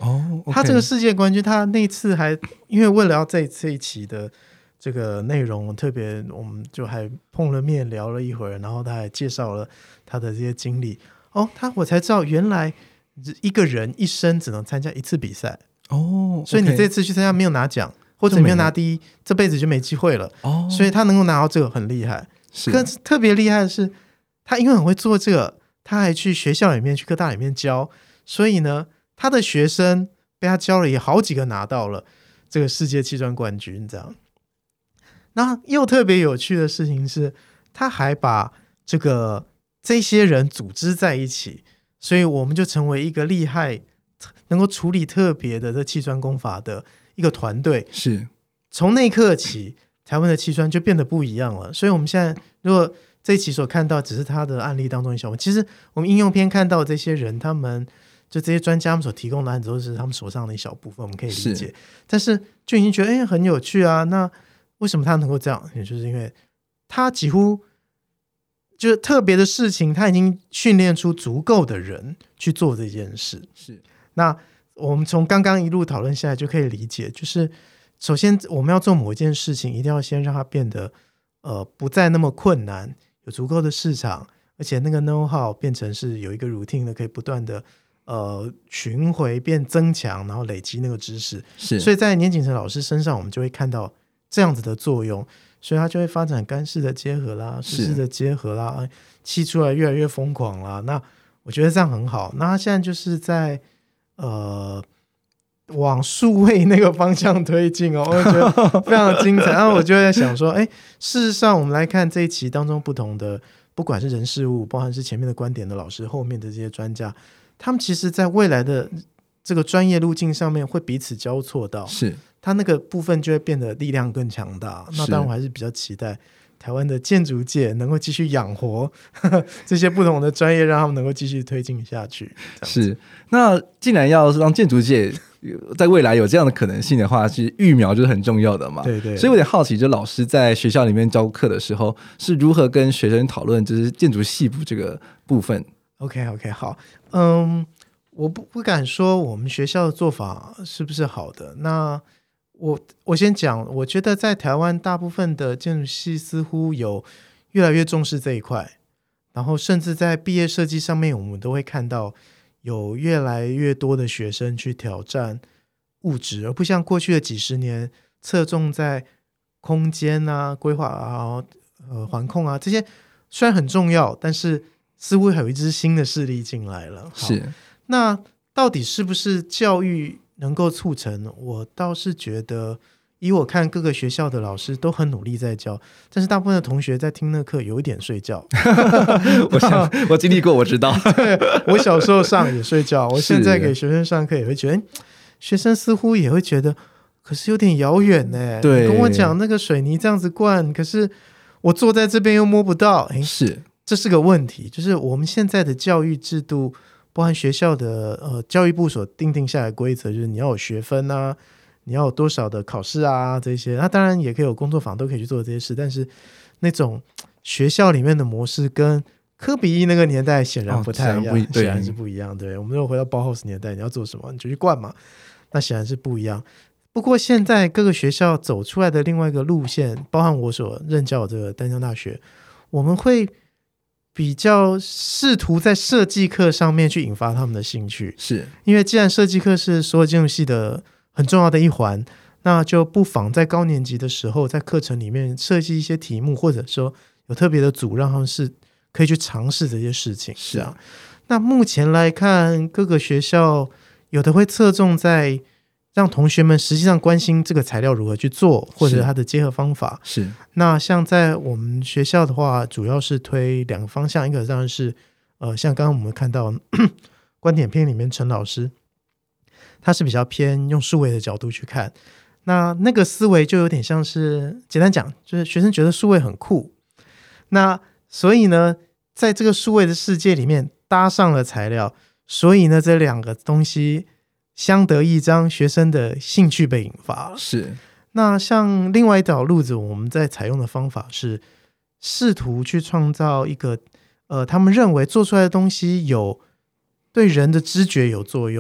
哦、oh, okay. 他这个世界冠军，他那次还因为为了要这这一期的这个内容，特别我们就还碰了面聊了一会儿，然后他还介绍了他的这些经历。哦，他我才知道原来一个人一生只能参加一次比赛哦， oh, 所以你这次去参加没有拿奖，或者没有拿第一，这辈子就没机会了。哦，所以他能够拿到这个很厉害。可是特别厉害的是，他因为很会做这个，他还去学校里面去科大里面教，所以呢他的学生被他教了也好几个拿到了这个世界砌砖冠军这样。那又特别有趣的事情是，他还把这个这些人组织在一起，所以我们就成为一个厉害能够处理特别的这砌砖工法的一个团队。 是从那一刻起，台湾的砌砖就变得不一样了。所以我们现在如果这一期所看到只是他的案例当中一小部分，其实我们应用篇看到这些人，他们就这些专家们所提供的案子都是他们手上的一小部分，我们可以理解。但是就已经觉得哎很有趣啊，那为什么他能够这样？也就是因为他几乎就是特别的事情，他已经训练出足够的人去做这件事。 是，那我们从刚刚一路讨论下来就可以理解，就是首先我们要做某一件事情，一定要先让它变得呃不再那么困难，有足够的市场，而且那个 know how 变成是有一个 routine 的，可以不断的呃巡回变增强，然后累积那个知识。 是， 所以在年景成老师身上，我们就会看到这样子的作用，所以他就会发展干式的结合啦，湿式的结合啦，砌出来越来越疯狂啦。那我觉得这样很好。那他现在就是在呃往数位那个方向推进哦，我觉得非常精彩。然后我就在想说，哎，事实上我们来看这一期当中不同的，不管是人事物，包含是前面的观点的老师，后面的这些专家，他们其实在未来的这个专业路径上面会彼此交错到， 是它那个部分就会变得力量更强大。那当然我还是比较期待台湾的建筑界能够继续养活呵呵这些不同的专业，让他们能够继续推进下去。 是，那既然要让建筑界在未来有这样的可能性的话，其实育苗就是很重要的嘛。 对对。 所以我有点好奇，就老师在学校里面教课的时候是如何跟学生讨论就是建筑系部这个部分。 OK OK 好，嗯，我不不敢说我们学校的做法是不是好的。那我我先讲，我觉得在台湾大部分的建筑系似乎有越来越重视这一块，然后甚至在毕业设计上面，我们都会看到有越来越多的学生去挑战物质，而不像过去的几十年侧重在空间啊、规划啊、呃环控啊这些，虽然很重要，但是似乎还有一支新的势力进来了。 是， 那到底是不是教育能够促成？我倒是觉得，以我看各个学校的老师都很努力在教，但是大部分的同学在听那课有一点睡觉。 我想我经历过，我知道。 对，我小时候上也睡觉，我现在给学生上课也会觉得，学生似乎也会觉得，可是有点遥远呢。 对， 跟我讲那个水泥这样子灌，可是我坐在这边又摸不到。诶， 是， 这是个问题，就是我们现在的教育制度，包含学校的呃教育部所定定下来的规则，就是你要有学分啊，你要有多少的考试啊这些。那当然也可以有工作坊，都可以去做这些事，但是那种学校里面的模式跟科比一那个年代显然不太一样，哦、显然是不一样。对，我们如果回到包 house 年代，你要做什么你就去灌嘛，那显然是不一样。不过现在各个学校走出来的另外一个路线，包含我所任教的这个淡江大学，我们会比较试图在设计课上面去引发他们的兴趣。 是，因为既然设计课是所有建筑系的很重要的一环，那就不妨在高年级的时候在课程里面设计一些题目，或者说有特别的组让他们是可以去尝试这些事情。 是啊， 那目前来看各个学校有的会侧重在让同学们实际上关心这个材料如何去做，或者它的结合方法。 是， 那像在我们学校的话，主要是推两个方向，一个当然是呃，像刚刚我们看到观点篇里面陈老师，他是比较偏用数位的角度去看，那那个思维就有点像是简单讲，就是学生觉得数位很酷，那所以呢，在这个数位的世界里面搭上了材料，所以呢，这两个东西相得益彰，学生的兴趣被引发了。 是， 那像另外一条路子，我们在采用的方法是试图去创造一个呃，他们认为做出来的东西有对人的知觉有作用，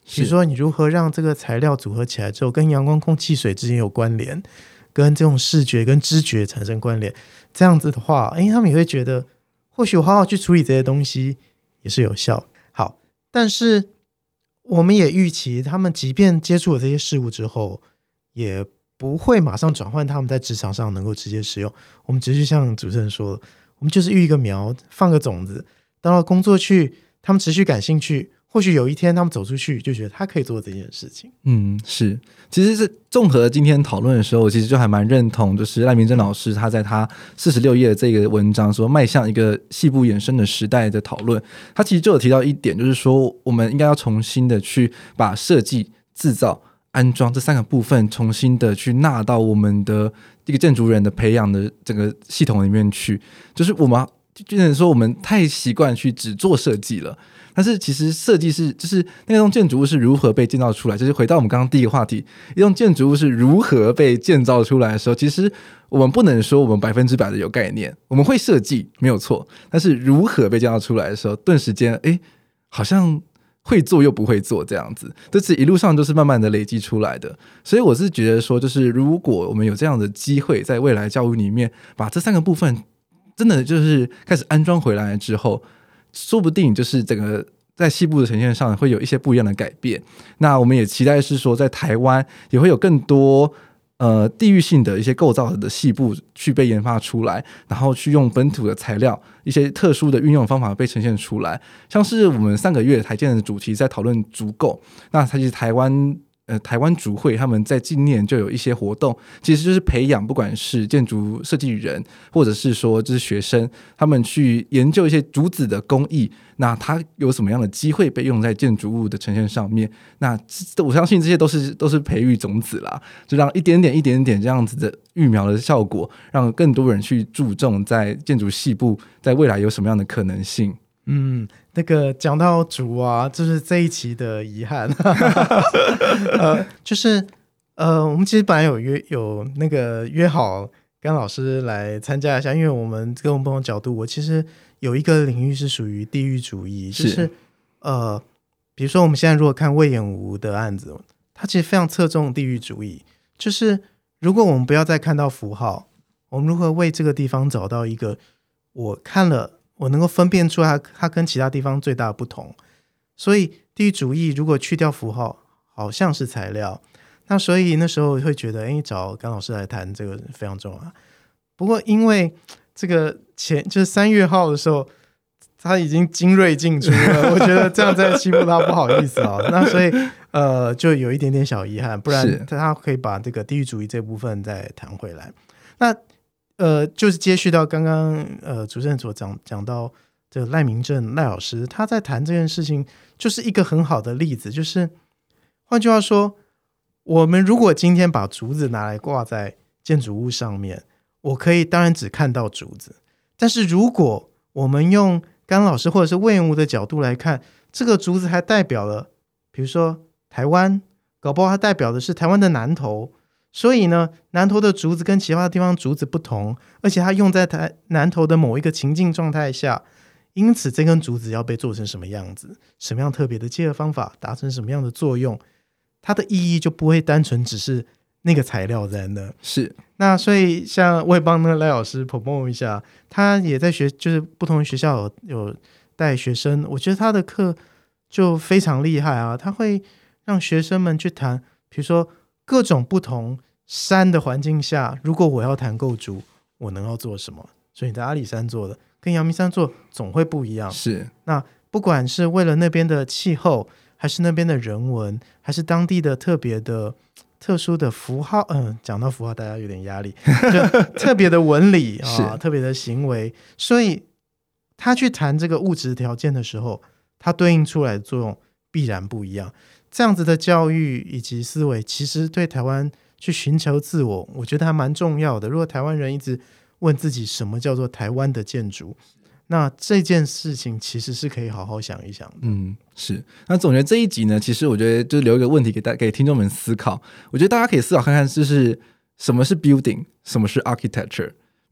比如说你如何让这个材料组合起来之后跟阳光空气水之间有关联，跟这种视觉跟知觉产生关联，这样子的话，哎，他们也会觉得或许我好好去处理这些东西也是有效。好，但是我们也预期他们即便接触了这些事物之后，也不会马上转换他们在职场上能够直接使用。我们只是像主持人说的，我们就是育一个苗，放个种子，到了工作去他们持续感兴趣，或许有一天他们走出去就觉得他可以做这件事情。 嗯，是，其实是综合今天讨论的时候，我其实就还蛮认同，就是赖明珍老师他在他四十六页的这个文章说迈向一个细部衍生的时代的讨论，他其实就有提到一点，就是说我们应该要重新的去把设计、制造、安装这三个部分重新的去纳到我们的一个建筑人的培养的整个系统里面去，就是我们就能说我们太习惯去只做设计了，但是其实设计是就是那栋建筑物是如何被建造出来，就是回到我们刚刚第一个话题，一栋建筑物是如何被建造出来的时候，其实我们不能说我们百分之百的有概念，我们会设计没有错，但是如何被建造出来的时候，顿时间哎，好像会做又不会做这样子，这是一路上都是慢慢的累积出来的。所以我是觉得说，就是如果我们有这样的机会在未来教育里面把这三个部分真的就是开始安装回来之后，说不定就是整个在细部的呈现上会有一些不一样的改变。那我们也期待是说在台湾也会有更多呃地域性的一些构造的细部去被研发出来，然后去用本土的材料一些特殊的运用方法被呈现出来。像是我们上个月台建的主题在讨论竹构，那其实台湾呃，台湾竹会他们在近年就有一些活动，其实就是培养不管是建筑设计人或者是说就是学生，他们去研究一些竹子的工艺，那它有什么样的机会被用在建筑物的呈现上面。那我相信这些都是都是培育种子啦，就让一点点一点点这样子的育苗的效果，让更多人去注重在建筑细部在未来有什么样的可能性。 嗯，那个讲到竹啊，就是这一期的遗憾，呃，就是呃，我们其实本来有约有那个约好跟老师来参加一下，因为我们跟我们不同角度，我其实有一个领域是属于地域主义，就是，是呃，比如说我们现在如果看魏延吴的案子，它其实非常侧重地域主义，就是如果我们不要再看到符号，我们如何为这个地方找到一个我看了我能够分辨出它它跟其他地方最大的不同。所以地域主义如果去掉符号好像是材料，那所以那时候会觉得哎，找甘老师来谈这个非常重要。不过因为这个前就是三月号的时候他已经精锐进出了，我觉得这样再欺负他不好意思啊、哦。那所以呃就有一点点小遗憾，不然他可以把这个地域主义这部分再谈回来。那呃，就是接续到刚刚呃主持人所讲讲到这个赖明正赖老师，他在谈这件事情，就是一个很好的例子。就是换句话说，我们如果今天把竹子拿来挂在建筑物上面，我可以当然只看到竹子，但是如果我们用甘老师或者是魏延吴的角度来看，这个竹子还代表了，比如说台湾，搞不好它代表的是台湾的南投。所以呢，南投的竹子跟其他地方竹子不同，而且它用在台南投的某一个情境状态下，因此这根竹子要被做成什么样子，什么样特别的结合方法，达成什么样的作用，它的意义就不会单纯只是那个材料在那。 是， 那所以像我也帮那个赖老师 promote 一下，他也在学，就是不同的学校有有带学生，我觉得他的课就非常厉害啊，他会让学生们去谈，比如说各种不同山的环境下，如果我要谈构筑，我能要做什么？所以你在阿里山做的跟阳明山做总会不一样。 是， 那不管是为了那边的气候，还是那边的人文，还是当地的特别的特殊的符号，嗯，讲到符号大家有点压力，就特别的纹理啊，特别的行为，所以他去谈这个物质条件的时候，它对应出来的作用必然不一样。这样子的教育以及思维，其实对台湾去寻求自我，我觉得还蛮重要的。如果台湾人一直问自己什么叫做台湾的建筑，那这件事情其实是可以好好想一想的。 嗯，是。那总结这一集呢，其实我觉得就留一个问题给大给听众们思考。我觉得大家可以思考看看，就是什么是 building， 什么是 architecture。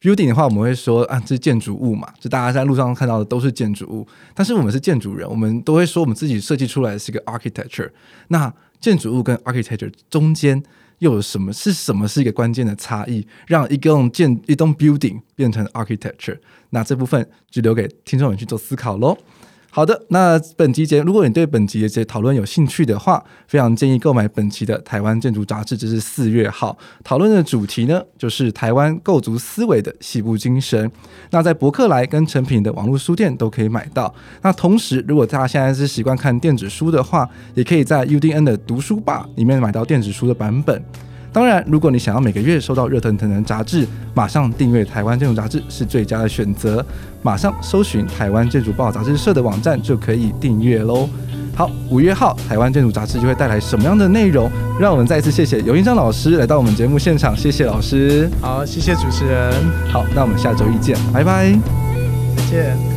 building 的话，我们会说啊，这是建筑物嘛，就大家在路上看到的都是建筑物。但是我们是建筑人，我们都会说我们自己设计出来的是一个 architecture。那建筑物跟 architecture 中间又有什么？是什么是一个关键的差异，让一栋建一栋 building 变成 architecture？ 那这部分就留给听众们去做思考咯。好的，那本集节，如果你对本集的这讨论有兴趣的话，非常建议购买本期的台湾建筑杂志，这是四月号，讨论的主题呢就是台湾构筑思维的细部精神。那在博客来跟诚品的网络书店都可以买到。那同时，如果大家现在是习惯看电子书的话，也可以在 U D N 的读书吧里面买到电子书的版本。当然，如果你想要每个月收到热腾腾的杂志，马上订阅台湾建筑杂志是最佳的选择。马上搜寻台湾建筑报杂志社的网站就可以订阅咯。好，五月号台湾建筑杂志就会带来什么样的内容？让我们再一次谢谢游英章老师来到我们节目现场，谢谢老师。 好，谢谢主持人。 好，那我们下周一见，拜拜， 再见。